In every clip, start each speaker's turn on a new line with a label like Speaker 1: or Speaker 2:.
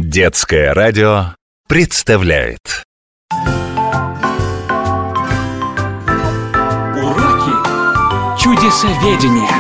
Speaker 1: Детское радио представляет
Speaker 2: Уроки чудесоведения.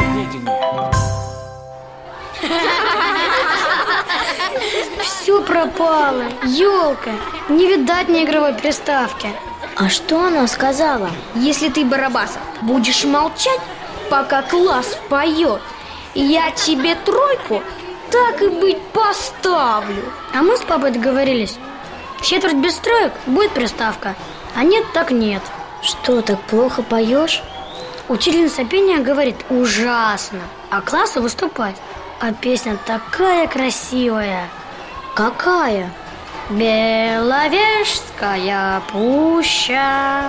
Speaker 3: Все пропало, елка. Не видать ни игровой приставки.
Speaker 4: А что она сказала?
Speaker 3: Если ты, Барабасов, будешь молчать, пока класс поет, я тебе тройку, так и быть, поставлю. А мы с папой договорились: четверть без троек будет приставка, а нет, так нет.
Speaker 4: Что, так плохо поешь?
Speaker 3: Учительница пения говорит: ужасно, а классу выступать. А песня такая красивая.
Speaker 4: Какая?
Speaker 3: Беловежская пуща,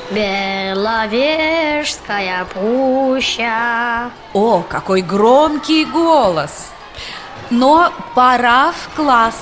Speaker 3: Беловежская пуща.
Speaker 5: О, какой громкий голос! Но пора в класс.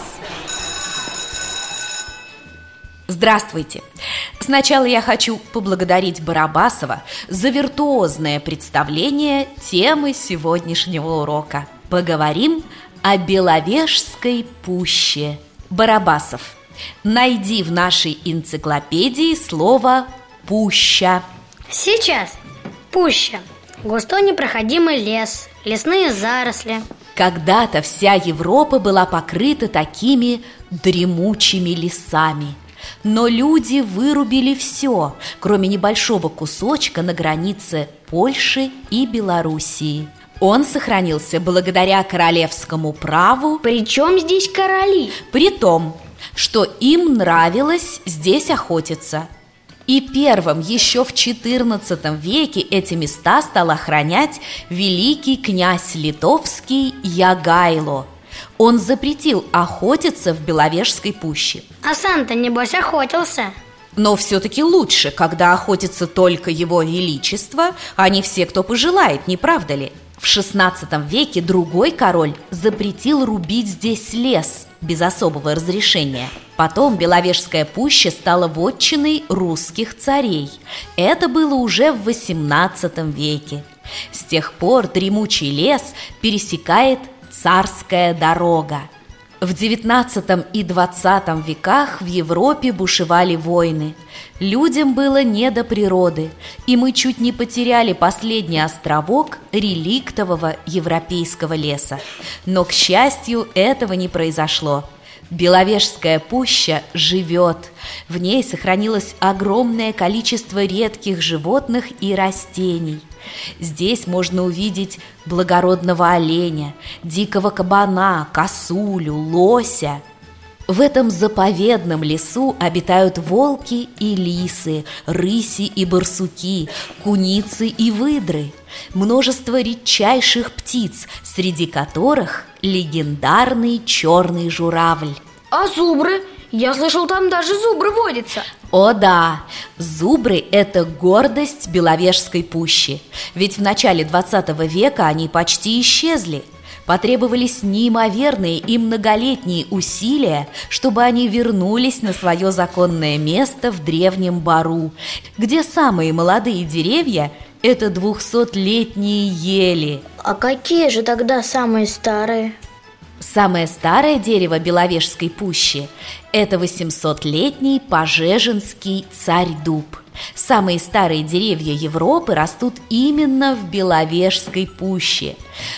Speaker 5: Здравствуйте! Сначала я хочу поблагодарить Барабасова за виртуозное представление темы сегодняшнего урока. Поговорим о Беловежской пуще. Барабасов, найди в нашей энциклопедии слово «пуща».
Speaker 3: Сейчас. Пуща. Густой непроходимый лес, лесные заросли.
Speaker 5: Когда-то вся Европа была покрыта такими дремучими лесами. Но люди вырубили все, кроме небольшого кусочка на границе Польши и Белоруссии. Он сохранился благодаря королевскому праву.
Speaker 3: Причем здесь короли?
Speaker 5: При том, что им нравилось здесь охотиться. И первым еще в XIV веке эти места стал охранять великий князь литовский Ягайло. Он запретил охотиться в Беловежской пуще.
Speaker 3: А сам-то, небось, охотился.
Speaker 5: Но все-таки лучше, когда охотится только его величество, а не все, кто пожелает, не правда ли? В XVI веке другой король запретил рубить здесь лес без особого разрешения. Потом Беловежская пуща стала вотчиной русских царей. Это было уже в XVIII веке. С тех пор дремучий лес пересекает Царская дорога. В XIX и XX веках в Европе бушевали войны. Людям было не до природы, и мы чуть не потеряли последний островок реликтового европейского леса. Но, к счастью, этого не произошло. Беловежская пуща живет. В ней сохранилось огромное количество редких животных и растений. Здесь можно увидеть благородного оленя, дикого кабана, косулю, лося. В этом заповедном лесу обитают волки и лисы, рыси и барсуки, куницы и выдры, множество редчайших птиц, среди которых легендарный черный журавль.
Speaker 3: А зубры? Я слышал, там даже зубры водятся.
Speaker 5: О да, зубры – это гордость Беловежской пущи. Ведь в начале XX века они почти исчезли. Потребовались неимоверные и многолетние усилия, чтобы они вернулись на свое законное место в древнем Бару, где самые молодые деревья – это 200-летние ели.
Speaker 4: А какие же тогда самые старые?
Speaker 5: Самое старое дерево Беловежской пущи – это 800-летний пожежинский царь-дуб. Самые старые деревья Европы растут именно в Беловежской пуще.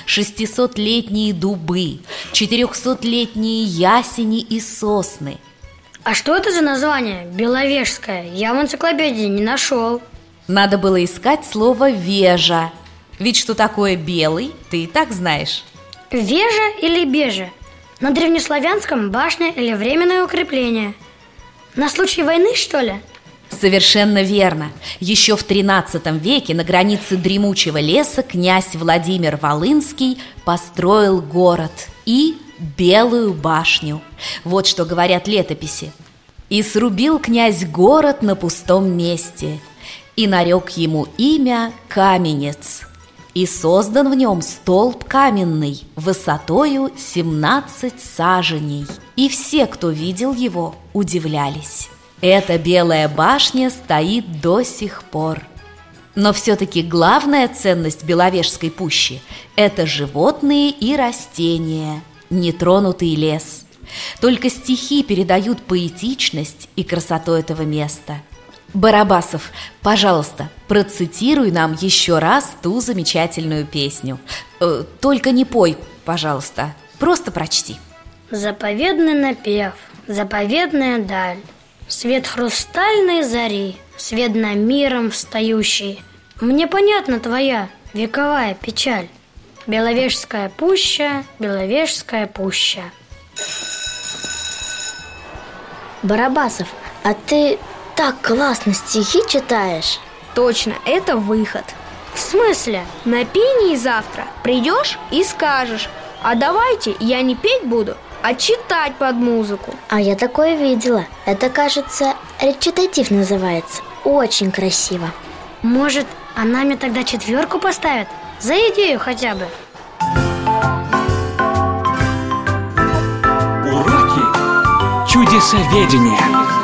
Speaker 5: 600-летние дубы, 400-летние ясени и сосны.
Speaker 3: А что это за название Беловежская? Я в энциклопедии не нашел.
Speaker 5: Надо было искать слово «вежа». Ведь что такое белый, ты и так знаешь.
Speaker 3: Вежа или бежа? На древнеславянском башня или временное укрепление. На случай войны, что ли?
Speaker 5: Совершенно верно. Еще в XIII веке на границе дремучего леса князь Владимир Волынский построил город и Белую башню. Вот что говорят летописи. «И срубил князь город на пустом месте, и нарек ему имя Каменец. И создан в нем столб каменный, высотою 17 саженей. И все, кто видел его, удивлялись. Эта Белая башня стоит до сих пор. Но все-таки главная ценность Беловежской пущи – это животные и растения, нетронутый лес. Только стихи передают поэтичность и красоту этого места. Барабасов, пожалуйста, процитируй нам еще раз ту замечательную песню. Только не пой, пожалуйста, просто прочти.
Speaker 3: Заповедный напев, заповедная даль, свет хрустальной зари, свет над миром встающий. Мне понятна твоя вековая печаль. Беловежская пуща, Беловежская пуща.
Speaker 4: Барабасов, а ты так классно стихи читаешь.
Speaker 3: Точно, это выход. В смысле? На пении завтра придешь и скажешь: а давайте я не петь буду, а читать под музыку.
Speaker 4: А я такое видела. Это, кажется, речитатив называется. Очень красиво.
Speaker 3: Может, она мне тогда 4 поставит? За идею хотя бы.
Speaker 2: Уроки чудесоведения.